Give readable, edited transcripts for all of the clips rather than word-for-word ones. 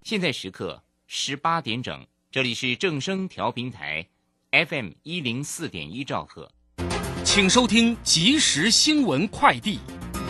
现在时刻18点整，这里是正声调频台 FM 104.1兆赫， 请收听即时新闻快递。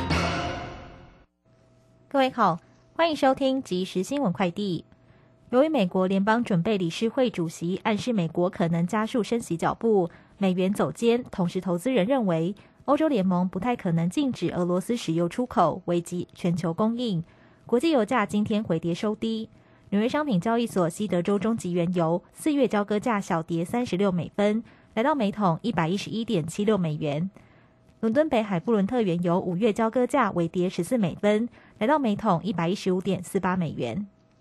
各位好，欢迎收听即时新闻快递。由于美国联邦准备理事会主席暗示美国可能加速升息脚步，美元走坚，同时投资人认为欧洲联盟不太可能禁止俄罗斯石油出口，危及全球供应。国际油价今天回跌收低，纽约商品交易所西德州中级原油4月交割价小跌36美分，来到每桶 111.76 美元。伦敦北海布伦特原油5月交割价微跌14美分，来到每桶 115.48 美元。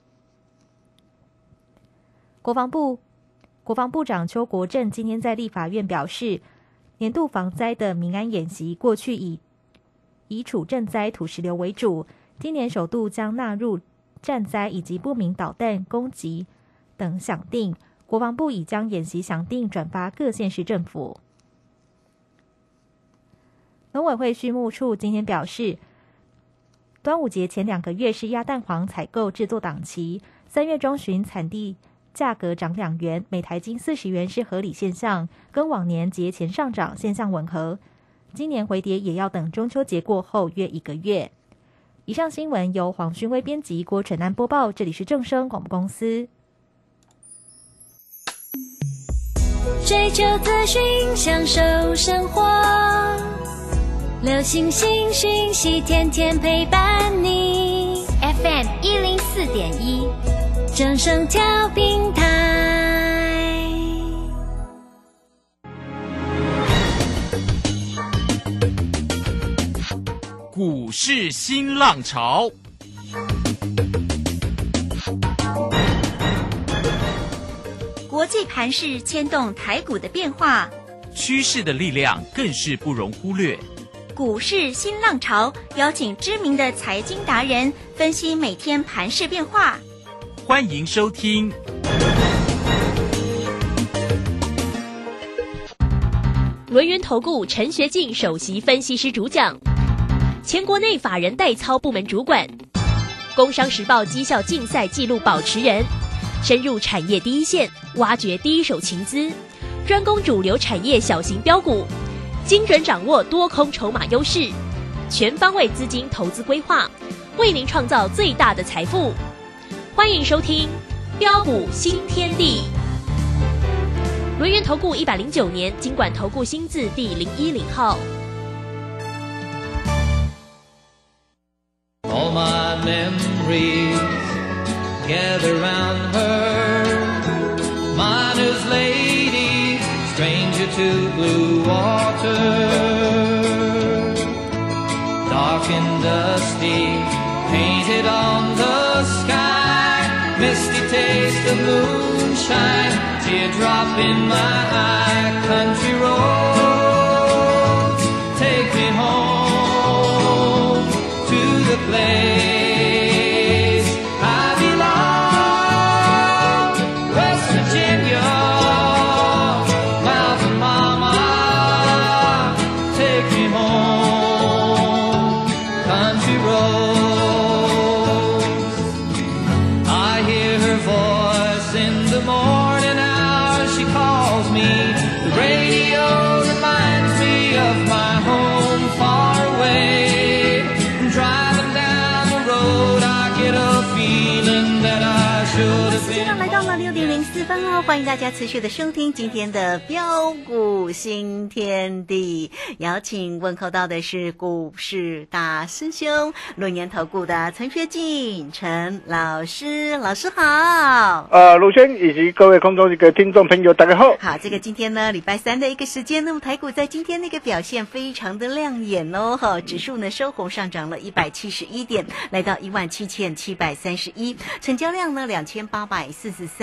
国防部长邱国正今天在立法院表示，年度防灾的民安演习过去以处震灾土石流为主，今年首度将纳入战灾以及不明导弹攻击等详定，国防部已将演习详定转发各县市政府。农委会畜牧处今天表示，端午节前2个月是鸭蛋黄采购制作档期，3月中旬产地价格涨2元，每台斤40元是合理现象，跟往年节前上涨现象吻合。今年回跌也要等中秋节过后约1个月。以上新闻由黄勋威编辑，郭纯安播报，这里是正声广播公司。 追求资讯，享受生活，流行新讯息，天天陪伴你。FM 104.1，正声调频台。 股市新浪潮， 国际盘势牵动台股的变化， 趋势的力量更是不容忽略。 股市新浪潮邀请知名的财经达人分析每天盘势变化。 欢迎收听轮源投顾陈学进首席分析师主讲，前国内法人代操部门主管，工商时报绩效竞赛纪录保持人，深入产业第一线，挖掘第一手情资，专攻主流产业小型标股，精准掌握多空筹码优势，全方位资金投资规划，为您创造最大的财富。欢迎收听标股新天地。轮源投顾109年金管投顾新字第010号。 All my memories gather round her, miner's lady, stranger to blue water, dark and dusty, painted on the sky, misty taste of moonshine, teardrop in my eye, country roads, take me home to the place I belong, West Virginia, Mountain Mama, take me home, country roads. I hear her voice in the morning hour, she calls me, the radio reminds me of my home far away, driving down the road I get a feeling that I should have 时间 been 来到了6点04分哦，欢迎大家持续的收听今天的标股新天地，邀请问候到的是股市大师兄轮源投顾的陈学进陈老师，老师好。 鲁轩以及各位空中一个听众朋友大家好。 好，这个今天呢礼拜三的一个时间，那么台股在今天那个表现非常的亮眼哦，指数呢收红上涨了171点，来到17731，成交量呢2843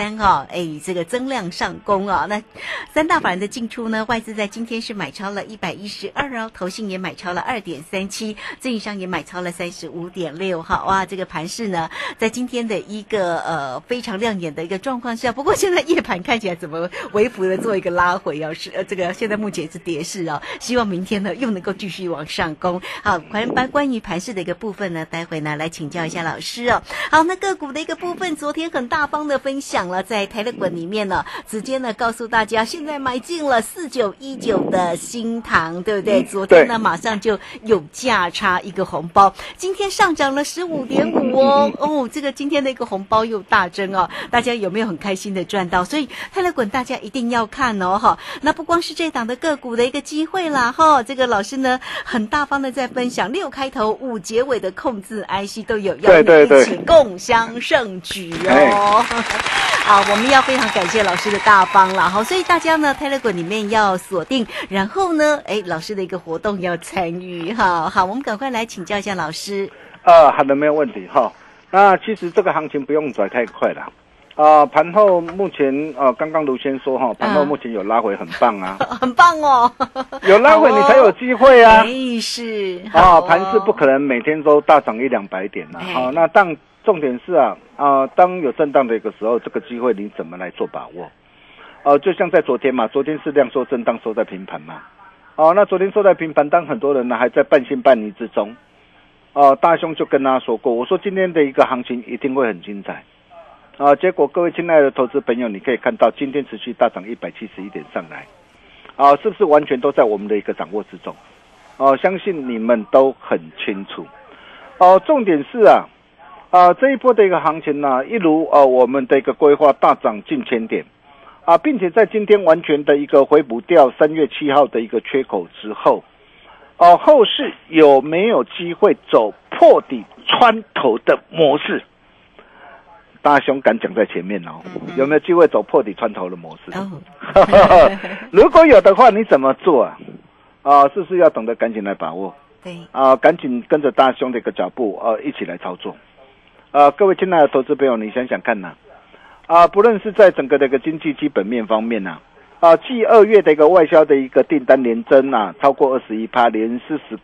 三哈，这个增量上攻啊。那三大法人的进出呢，外资在今天是买超了112哦，投信也买超了2.37，自营商也买超了35.6哈。哇，这个盘势呢，在今天的一个非常亮眼的一个状况下，不过现在夜盘看起来怎么微幅的做一个拉回哦，是这个现在目前是跌势哦，希望明天呢又能够继续往上攻。好，关于盘势的一个部分呢，待会呢来请教一下老师哦。好，那个股的一个部分，昨天很大方的分享了，在Telegram里面呢，直接呢告诉大家，现在买进了4919的新唐，对不对？昨天呢马上就有价差一个红包，今天上涨了15.5哦，这个今天的一个红包又大增哦，大家有没有很开心的赚到？所以Telegram大家一定要看哦哈。那不光是这档的个股的一个机会啦哈，这个老师呢很大方的在分享6开头5结尾的控制 IC 都有，要一起共襄盛举哦。好，我们要非常感谢老师的大方了哈，所以大家呢 Telegram 里面要锁定，然后呢老师的一个活动要参与哈。好，我们赶快来请教一下老师。 好的，没有问题哈。那其实这个行情不用拽太快了。盘后目前刚刚卢先说哈，盘后目前有拉回，很棒啊， 很棒哦， 有拉回你才有机会啊。 是盘势不可能每天都大涨100-200点啊。那重点是当有震荡的一个时候，这个机会你怎么来做把握？就像在昨天嘛，昨天是量缩震荡收在平盘嘛。那昨天收在平盘，当很多人呢还在半信半疑之中，大兄就跟他说过，我说今天的一个行情一定会很精彩。结果各位亲爱的投资朋友，你可以看到今天持续大涨171点上来，是不是完全都在我们的一个掌握之中？相信你们都很清楚。重点是这一波的一个行情呢，一如我们的一个规划大涨近1000点，并且在今天完全的一个回补掉3月7号的一个缺口之后，后市有没有机会走破底穿头的模式？大兄敢讲在前面哦，有没有机会走破底穿头的模式？如果有的话，你怎么做是不是要懂得赶紧来把握？ 对赶紧跟着大兄的一个脚步一起来操作。各位亲爱的投资朋友，你想想看不论是在整个的一个经济基本面方面继2月的一个外销的一个订单连增超过21%，连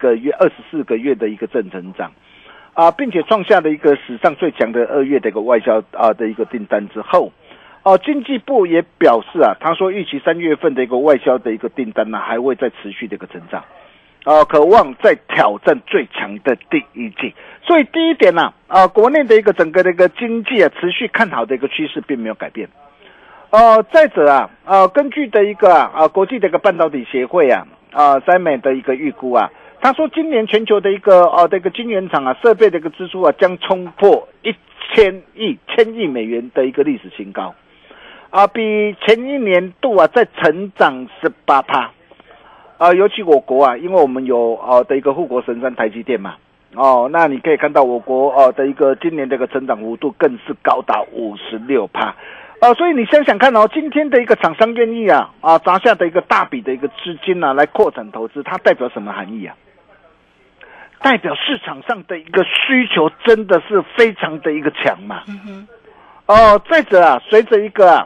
24个月的一个正成长。并且创下了一个史上最强的2月的一个外销的一个订单之后，经济部也表示他说预期3月份的一个外销的一个订单还会再持续的一个成长，渴望再挑战最强的第一季。所以第一点国内的一个整个的一个经济持续看好的一个趋势并没有改变。再者根据的一个国际的一个半导体协会Simon 的一个预估他说今年全球的一个晶圆厂设备的一个支出将冲破1000亿美元的一个历史新高比前一年度再成长18%。尤其我国因为我们有的一个护国神山台积电嘛，那你可以看到我国的一个今年的一个成长幅度更是高达56%。所以你想想看今天的一个厂商愿意砸下的一个大笔的一个资金来扩展投资，它代表什么含义代表市场上的一个需求真的是非常的一个强嘛。再者随着一个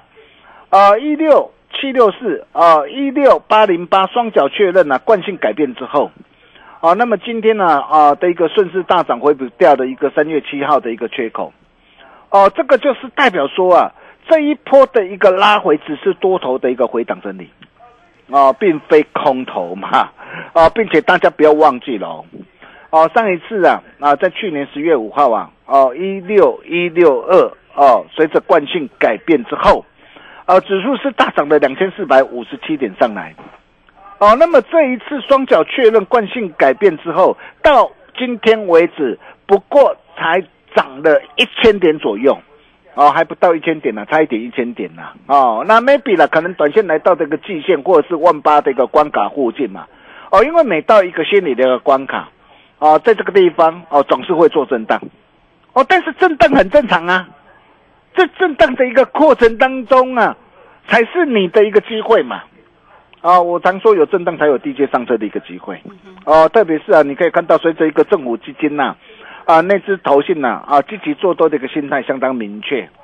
16764 16808双脚确认惯性改变之后，那么今天的一个顺势大涨回补掉的一个3月7号的一个缺口，这个就是代表说这一波的一个拉回只是多头的一个回档整理并非空头嘛并且大家不要忘记了上一次在去年10月5号16162随着惯性改变之后指数是大涨了2457点上来那么这一次双脚确认惯性改变之后，到今天为止不过才涨了1000点左右还不到1000点差一点1000点那 maybe 可能短线来到这个季线或者是18000的一个关卡附近嘛因为每到一个心理的一个关卡在这个地方总是会做震荡但是震荡很正常这震荡的一个过程当中才是你的一个机会嘛我常说有震荡才有低阶上车的一个机会特别是你可以看到随着一个政府基金内资投信积极做多的一个心态相当明确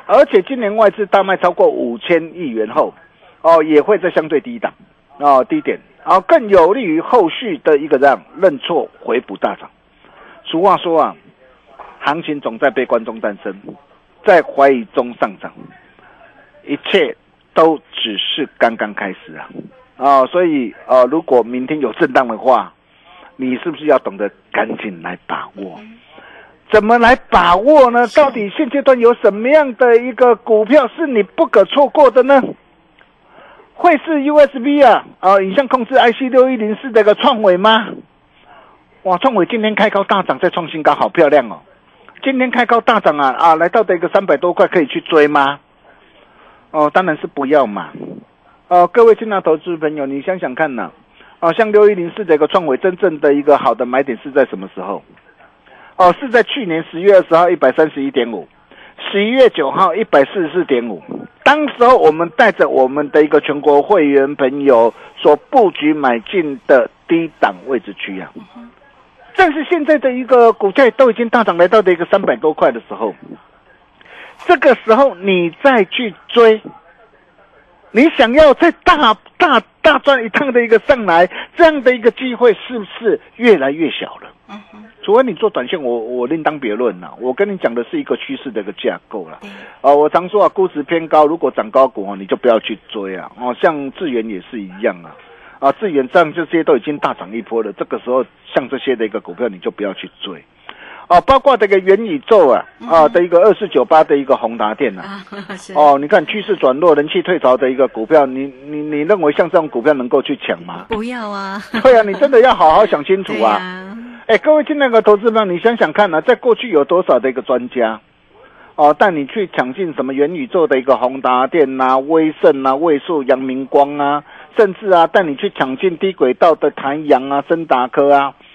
而且今年外资大卖超过5000亿元后，也会在相对低档，低点，更有利于后续的一个这样认错回补大涨。俗话说啊，行情总在悲观中诞生，在怀疑中上涨，一切都只是刚刚开始啊！所以如果明天有震荡的话，你是不是要懂得赶紧来把握？怎么来把握呢？到底现阶段有什么样的一个股票是你不可错过的呢？会是 USB 影像控制 IC6104的一个创惟吗？哇，创惟今天开高大涨，再创新高，好漂亮哦！今天开高大涨来到的一个300多块，可以去追吗？当然是不要嘛。各位亲爱的投资朋友，你想想看呢，像6104的一个创惟，真正的一个好的买点是在什么时候？是在去年10月20号 131.5， 11月9号 144.5， 当时候我们带着我们的一个全国会员朋友所布局买进的低档位置区啊。但是现在的一个股价都已经大涨来到的一个300多块的时候，这个时候你再去追，你想要再大赚一趟的一个上来，这样的一个机会是不是越来越小了？除非你做短线，我另当别论啦。我跟你讲的是一个趋势的一个架构啦。我常说估值偏高，如果涨高股你就不要去追啊。像智原也是一样啊。智原这样这些都已经大涨一波了，这个时候像这些的一个股票你就不要去追。包括这个元宇宙的一个2498的一个宏达电你看趋势转弱、人气退潮的一个股票，你认为像这种股票能够去抢吗？ 不要啊！ 对啊，你真的要好好想清楚啊！各位亲爱的投资朋友，你想想看在过去有多少的一个专家带你去抢进什么元宇宙的一个宏达电威盛位数、阳明光甚至带你去抢进低轨道的台阳森达科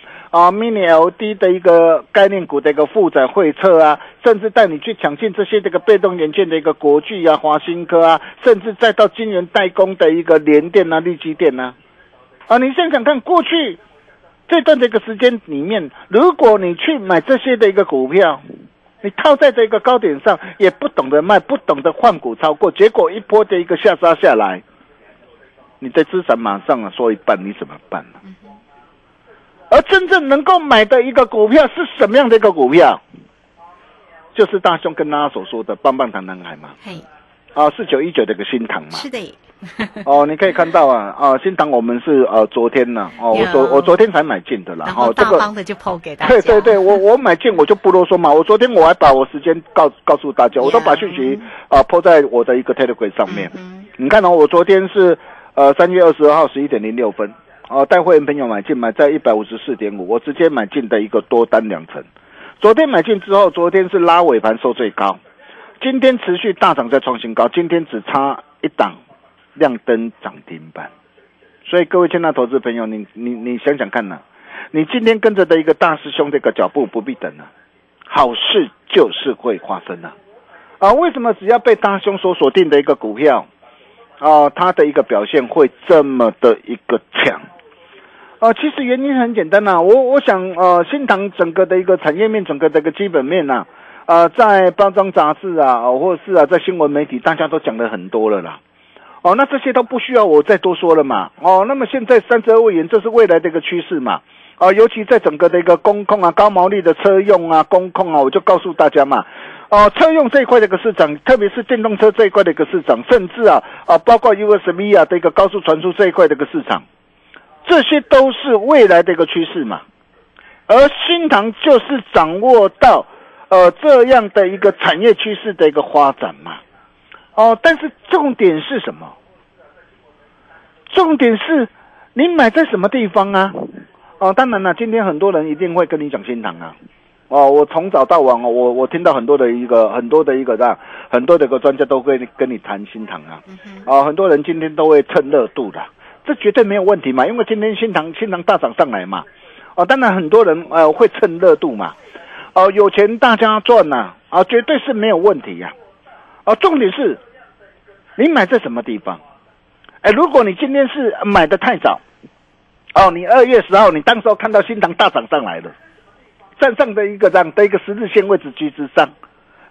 mini LED 的一个概念股的一个富载汇测甚至带你去抢进这些这个被动元件的一个国巨华新科甚至再到晶圆代工的一个联电力积电你想想看，过去这段的一个时间里面，如果你去买这些的一个股票，你套在这个高点上，也不懂得卖，不懂得换股超过，结果一波的一个下杀下来，你的资产马上缩一半，你怎么办呢？而真正能够买的一个股票是什么样的一个股票？就是大兄跟大家所说的棒棒糖男孩嘛。4919的一个新唐嘛。是的。你可以看到新唐我们是昨天我昨天才买进的啦。 然后大方的就抛给大家。对，我买进我就不啰嗦嘛。我昨天我还把我时间告诉大家，我都把讯息抛在我的一个 Telegram 上面。你看我昨天是3月22号11点06分。带会员朋友买进，买在 154.5， 我直接买进的一个多单2成。昨天买进之后，昨天是拉尾盘收最高，今天持续大涨再创新高，今天只差一档亮灯涨停板。所以各位亲爱的投资朋友，你想想看你今天跟着的一个大师兄的一个脚步不必等好事就是会发生为什么只要被大师兄所锁定的一个股票它的一个表现会这么的一个强？其实原因很简单我想新唐整个的一个产业面，整个的一个基本面在包装杂志或者是在新闻媒体大家都讲了很多了啦。那这些都不需要我再多说了嘛。那么现在32位元，这是未来的一个趋势嘛。尤其在整个的一个工控高毛利的车用工控我就告诉大家嘛。车用这一块的一个市场，特别是电动车这一块的一个市场，甚至包括 USB 的一个高速传输这一块的一个市场，这些都是未来的一个趋势嘛。而新唐就是掌握到这样的一个产业趋势的一个发展嘛。但是重点是什么？重点是你买在什么地方当然今天很多人一定会跟你讲新唐我从早到晚我听到很多的一个专家都会跟你谈新唐很多人今天都会蹭热度的，这绝对没有问题嘛，因为今天新唐大涨上来嘛。当然很多人会蹭热度嘛。有钱大家赚绝对是没有问题重点是你买在什么地方。如果你今天是买的太早你2月10号你当时候看到新唐大涨上来了，站上的一个这样的一个10日线位置区之上，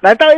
来到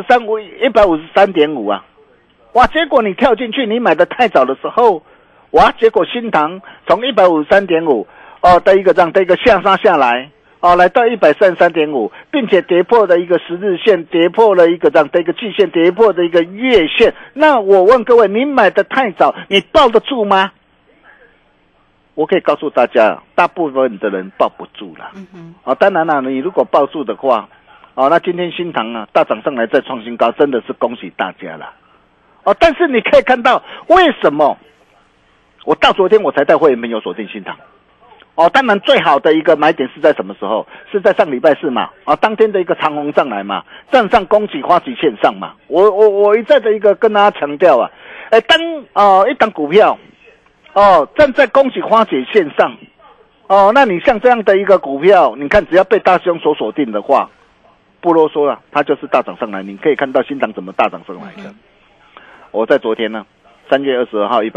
153.5啊，哇！结果你跳进去，你买的太早的时候，哇！结果新唐从153.5的一个这样的一个下杀下来。来到133.5，并且跌破了一个10日线，跌破了一个这样的一个季线，跌破的一个月线。那我问各位，你买的太早，你抱得住吗？我可以告诉大家，大部分的人抱不住了。当然了，你如果抱住的话，那今天新唐大涨上来再创新高，真的是恭喜大家了。但是你可以看到，为什么我到昨天我才带会员朋友锁定新唐？当然最好的一个买点是在什么时候？是在上礼拜四嘛，当天的一个长红上来嘛，站上攻击花旗线上嘛。我一再的一个跟大家强调啊，当一档股票站在攻击花旗线上，那你像这样的一个股票，你看只要被大兄所锁定的话，不啰嗦了，它就是大涨上来。你可以看到新唐怎么大涨上来的。我在昨天呢，3月22号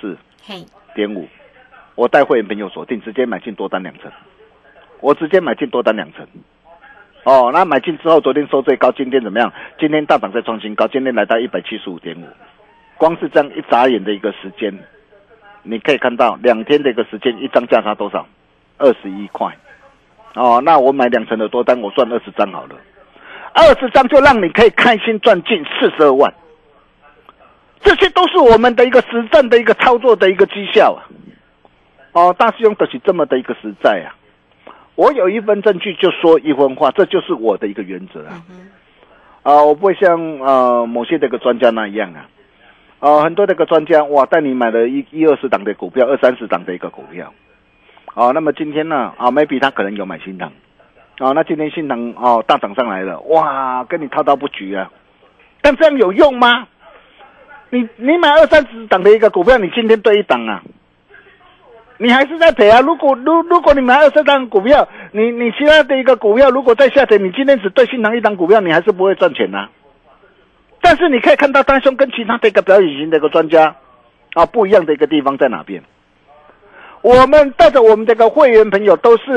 154.5。我带会员朋友锁定，直接买进多单2成，我直接买进多单2成。那买进之后，昨天收最高，今天怎么样？今天大涨再创新高，今天来到175.5。光是这样一眨眼的一个时间，你可以看到2天的一个时间，一张价差多少？21块。那我买2成的多单，我赚20张好了，20张就让你可以开心赚进42万。这些都是我们的一个实战的一个操作的一个绩效啊。大师兄都是这么的一个实在啊！我有1分证据就说1分话，这就是我的一个原则啊！我不会像某些的一个专家那样啊！很多的一个专家哇，带你买了120档的股票，20-30档的一个股票，那么今天呢maybe 他可能有买新唐，那今天新唐大涨上来了，哇，跟你滔滔不绝啊！但这样有用吗？你买20-30档的一个股票，你今天对1档啊？你还是在赔啊！如果你买20档股票，你其他的一个股票如果在下跌，你今天只对新唐1档股票，你还是不会赚钱啊。但是你可以看到大兄跟其他的一个表演型的一个专家不一样的一个地方在哪边？我们带着我们这个会员朋友都是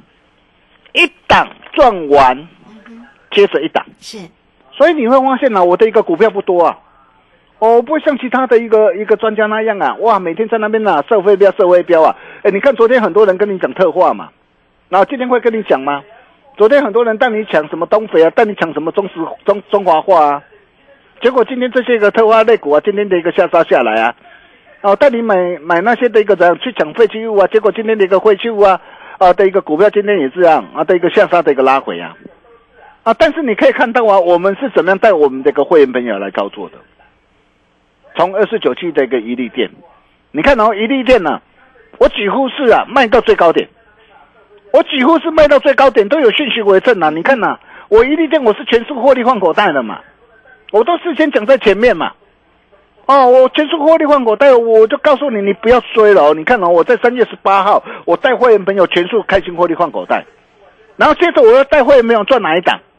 1档赚完，接着1档， 是， 所以你会发现我的一个股票不多啊。不会像其他的一个专家那样哇，每天在那边射飞镖啊！你看昨天很多人跟你讲特化嘛，然后今天会跟你讲吗？昨天很多人带你抢什么东肥啊，带你抢什么中华化啊，结果今天这些个特化类股今天的一个下杀下来带你买那些的一个怎样去抢废弃物结果今天的一个废弃物的一个股票今天也这样的一个下杀的一个拉回但是你可以看到我们是怎么样带我们这个会员朋友来操作的。从2497的一个一利电，你看一利电我几乎是卖到最高点，我几乎是卖到最高点都有讯息为证你看我一利电我是全数获利换口袋的嘛，我都事先讲在前面嘛。我全数获利换口袋，我就告诉你，你不要追了你看我在3月18号，我带会员朋友全数开心获利换口袋，然后接着我要带会员朋友赚哪一档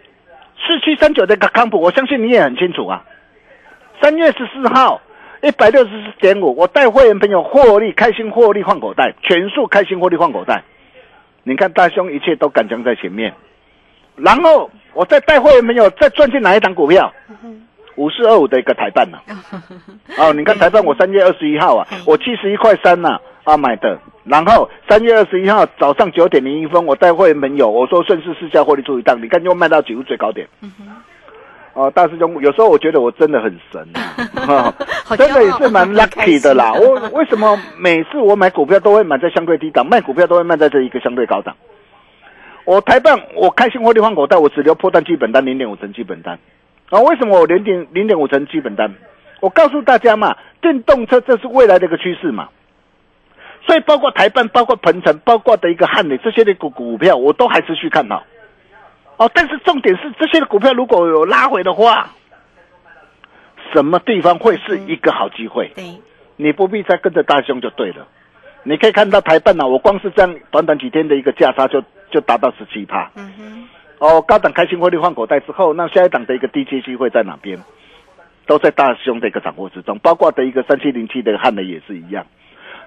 ？4739的一个康普，我相信你也很清楚3月14号164.5，我带会员朋友获利开心获利换口袋，全数开心获利换口袋。你看大兄一切都赶将在前面，然后我再带会员朋友再赚进哪一档股票？5425的一个台办你看台办我3月21号我71.3块买的，然后3月21号早上9点01分，我带会员朋友我说顺势试驾获利出一档，你看又卖到几乎最高点。大师兄，有时候我觉得我真的很神真的也是蛮 lucky 的啦。我为什么每次我买股票都会买在相对低档，卖股票都会卖在这一个相对高档？我台办我开心获利换口袋，我只留破蛋基本单 0.5 成基本单为什么我0.5成基本单？我告诉大家嘛，电动车这是未来的一个趋势嘛，所以包括台办、包括鹏程、包括的一个汉磊这些的股票，我都还持续看好。但是重点是这些的股票如果有拉回的话，什么地方会是一个好机会？你不必再跟着大兄就对了。你可以看到台办我光是这样短短几天的一个价差就达到17%。高档开心获利换口袋之后，那下一档的一个低阶机会在哪边？都在大兄的一个掌握之中，包括的一个3707的汉磊也是一样。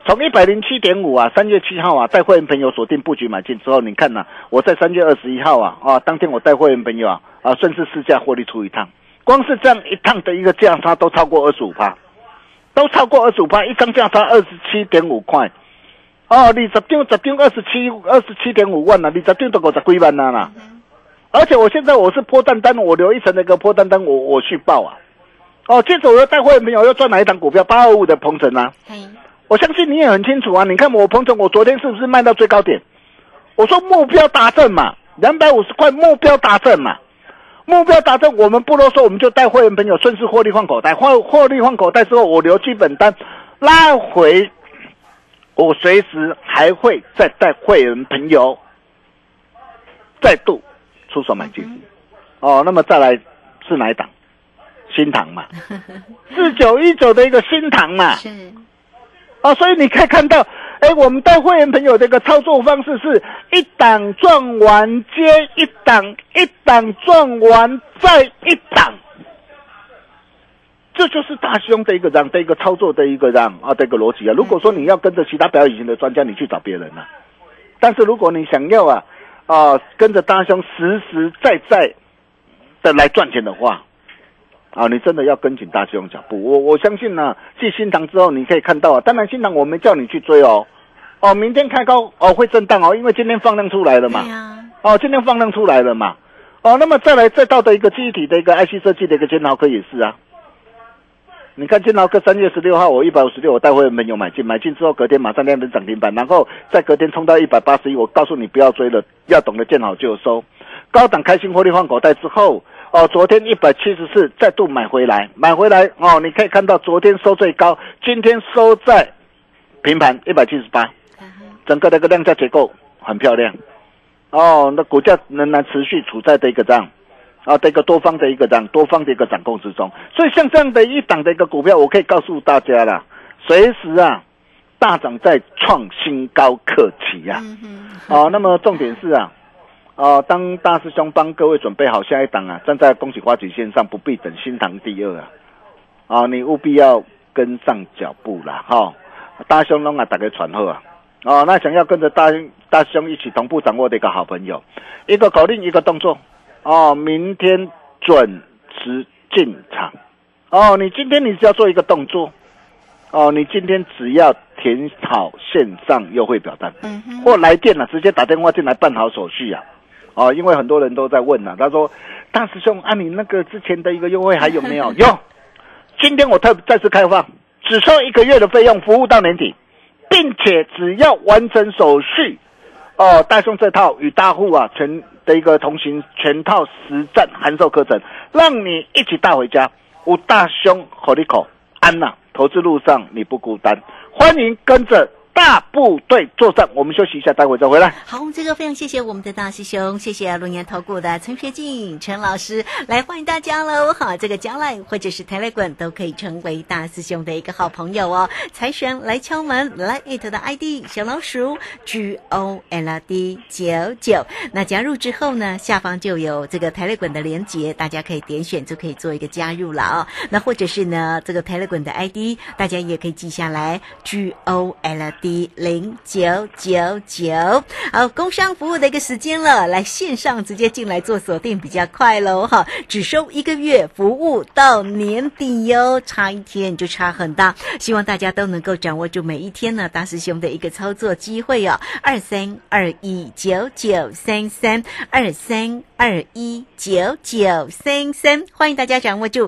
从107.5啊，3月7号啊，带会员朋友锁定布局买进之后，你看我在3月21号啊，当天我带会员朋友顺势市价获利出一趟，光是这样一趟的一个价差都超过 25%， 都超过 25%， 一张价差 27.5 块。20张27.5万啊，20张都50几万啦。而且我现在我是波段单，我留一层的一个波段单，我续报啊。接着我又带会员朋友又赚哪一档股票？825的鹏程啊。我相信你也很清楚啊。你看我鹏程，我昨天是不是卖到最高点？我说目标达成嘛，250块目标达成嘛。目标达成，我们不啰嗦，我们就带会员朋友顺势获利换口袋，获利换口袋之后，我留基本单拉回。我随时还会再带会员朋友再度出手买进。那么再来是哪一档？新唐嘛，4919的一个新唐嘛。是。所以你可以看到，我们带会员朋友的一个操作方式是一档赚完接一档，一档赚完再一档。这就是大兄的一个操作的一个的一个逻辑啊。如果说你要跟着其他表演型的专家，你去找别人啊。但是如果你想要跟着大兄实实在在的来赚钱的话，你真的要跟紧大兄脚步。我相信呢，继新唐之后你可以看到当然新唐我没叫你去追明天开高会震荡因为今天放量出来了嘛。今天放量出来了嘛。那么再到的一个记忆体的一个 IC 设计的一个煎熬科也是啊。你看煎熬科3月16号我156，我带会员朋友买进之后隔天马上亮灯涨停板，然后在隔天冲到181，我告诉你不要追了，要懂得见好就收。高档开心获利换口袋之后昨天174再度买回来你可以看到昨天收最高，今天收在平盘178，整个的一个量价结构很漂亮那股价仍然持续处在的一个这样的一个多方的一个掌控之中。所以像这样的一档的一个股票，我可以告诉大家啦，随时大涨在创新高可期那么重点是当大师兄帮各位准备好下一档站在恭喜花旗线上，不必等新唐第二你务必要跟上脚步啦大兄拢大家传好那想要跟着大兄一起同步掌握的一个好朋友，一个口令一个动作明天准时进场你今天你只要做一个动作你今天只要填好线上优惠表单或来电直接打电话进来办好手续因为很多人都在问他说大师兄你那个之前的一个优惠还有没有？有，今天我再次开放，只收1个月的费用，服务到年底，并且只要完成手续大兄这套与大户全的一个同行全套实战函授课程，让你一起带回家。有大兄和你口安投资路上你不孤单，欢迎跟着大部队作战。我们休息一下，待会再回来。 好，这个非常谢谢我们的大师兄，谢谢龙岩投顾的陈学进陈老师来欢迎大家喽。好，这个将来或者是Telegram都可以成为大师兄的一个好朋友财神来敲门，来 it 的 ID 小老鼠 GOLD99， 那加入之后呢，下方就有这个Telegram的连结，大家可以点选就可以做一个加入了那或者是呢，这个Telegram的 ID 大家也可以记下来 GOLD0999。好，工商服务的一个时间了，来线上直接进来做锁定比较快咯只收1个月，服务到年底差一天就差很大，希望大家都能够掌握住每一天呢大师兄的一个操作机会23219933 23219933，欢迎大家掌握住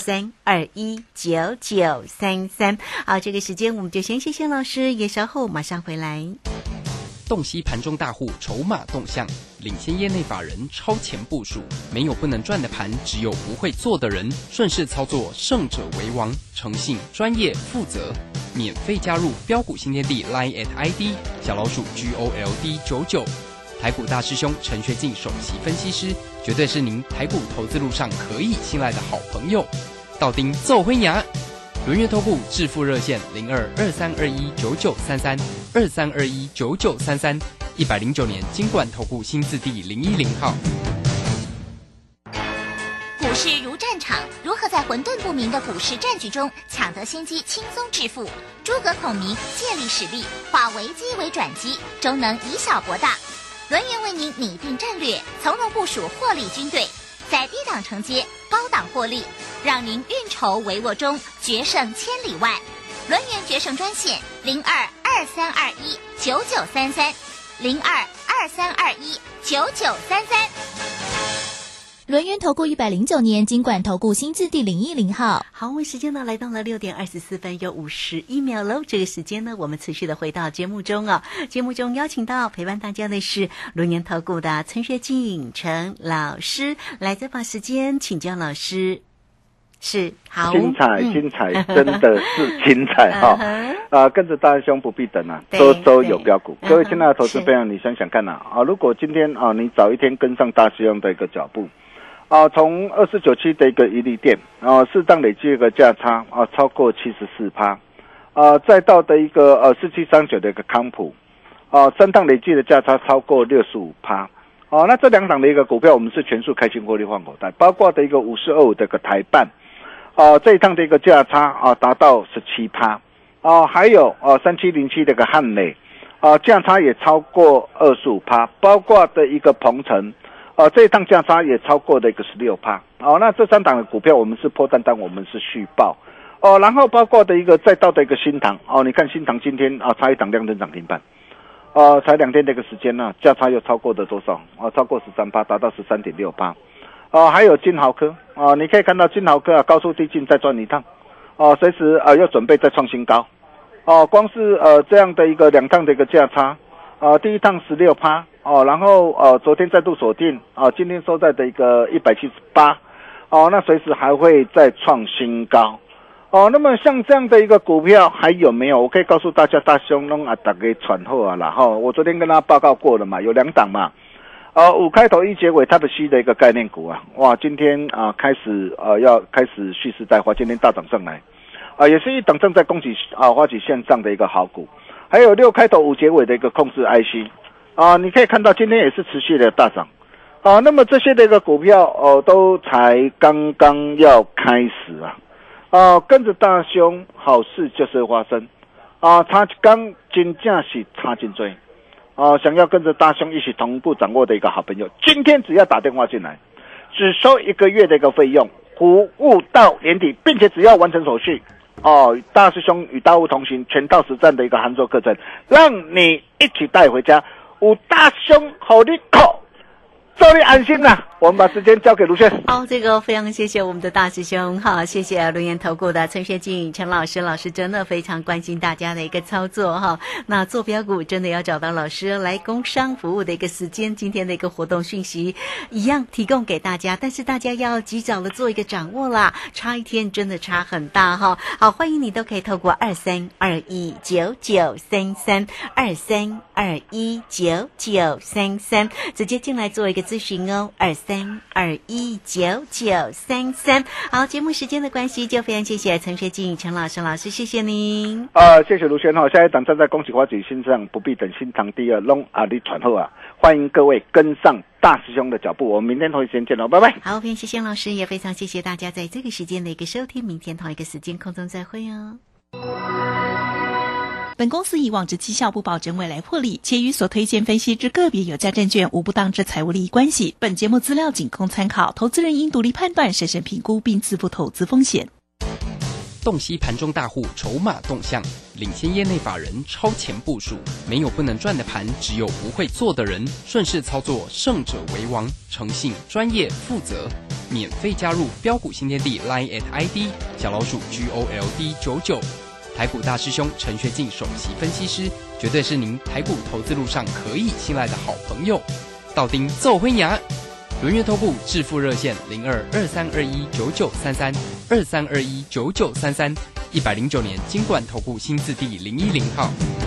23219933。好，这个时间我们就先谢谢老师，也稍后马上回来。 洞悉盘中大户筹码动向，领先业内法人超前部署，没有不能赚的盘，只有不会做的人。顺势操作，胜者为王。诚信、专业、负责，免费加入标股新天地 Line ID 小老鼠 GOLD99。台股大师兄陈学进首席分析师，绝对是您台股投资路上可以信赖的好朋友。道丁奏辉牙。轮源投顾致富热线0223219933 23219933 109年金管投顾新字第010号。 股市如战场，如何在混沌不明的股市战局中抢得先机，轻松致富？诸葛孔明借力使力，化危机为转机，终能以小博大。轮源为您拟定战略，从容部署获利军队，在低档承接，高档获利，让您运筹帷幄中决胜千里外。轮源决胜专线02-2321-9933，02-2321-9933。 轮源投顾109年金管投顾新字第010号。 好，我们时间呢来到了6点24分又51秒喽。这个时间呢，我们持续的回到节目中啊。节目中邀请到陪伴大家的是轮源投顾的陈学进陈老师，来这把时间请教老师。是好， 精彩，精彩，真的是精彩哈！跟着大兄不必等啊，周周有标股。各位亲爱的投资朋友，你想想看如果今天你早一天跟上大兄的一个脚步。从2497的一个一利电适当累积一个价差超过74%，再到的一个4739的一个康普3档累计的价差超过65%。那这2档的一个股票我们是全数开新获利换口袋，包括的一个5425的一个台半这一趟的一个价差达到17%还有3707的一个汉磊价差也超过25%，包括的一个鹏程这一趟价差也超过的一个16%那这3档的股票我们是破单，我们是续报然后包括的一个再到的一个新唐你看新唐今天差一档亮灯涨停板才2天的一个时间呢价差又超过的多少超过13%，达到13.6%还有金豪科你可以看到金豪科高速递进再转一趟随时又准备再创新高光是这样的一个2趟的一个价差第一趟16%然后昨天再度锁定今天收在的一个178那随时还会再创新高那么像这样的一个股票还有没有？我可以告诉大家，大兄弄大家传后然后我昨天跟他报告过了嘛，有2档嘛5开头1结尾 Type C 的一个概念股哇，今天开始要开始蓄势待发，今天大涨上来也是一档正在攻击发起线上的一个好股。还有6开头5结尾的一个控制 IC你可以看到今天也是持续的大涨那么这些的一个股票都才刚刚要开始跟着大兄好事就是会发生差刚真正是差真多想要跟着大兄一起同步掌握的一个好朋友，今天只要打电话进来，只收1个月的一个费用，服务到年底，并且只要完成手续大师兄与大物同行全套实战的一个函授课程，让你一起带回家，有大兄好你口祝你安心我们把时间交给卢轩。 好，这个非常谢谢我们的大师兄谢谢轮源投顾的陈学进陈老师，老师真的非常关心大家的一个操作那做标股真的要找到老师来工商服务的一个时间，今天的一个活动讯息一样提供给大家，但是大家要及早的做一个掌握啦，差一天真的差很大好，欢迎你都可以透过23219933 23219933直接进来做一个咨询23219933。好，节目时间的关系，就非常谢谢陈学进陈老师，老师谢谢您。 谢谢卢轩下一档站在恭喜发起新上，不必等新塘第二弄你传后欢迎各位跟上大师兄的脚步，我们明天同一时间见喽，拜拜。 好，非常谢谢老师，也非常谢谢大家在这个时间的一个收听，明天同一个时间空中再会本公司以往之绩效不保证未来获利，且与所推荐分析之个别有价证券无不当之财务利益关系。本节目资料仅供参考，投资人应独立判断、审慎评估并自负投资风险。 洞悉盘中大户筹码动向，领先业内法人超前部署，没有不能赚的盘，只有不会做的人。顺势操作，胜者为王。诚信、专业、负责，免费加入标股新天地 Line ID 小老鼠 GOLD99。台股大师兄陈学进首席分析师，绝对是您台股投资路上可以信赖的好朋友。道丁奏辉牙，轮源投顾致富热线0223219933 23219933，109年金管投顾新字第010号。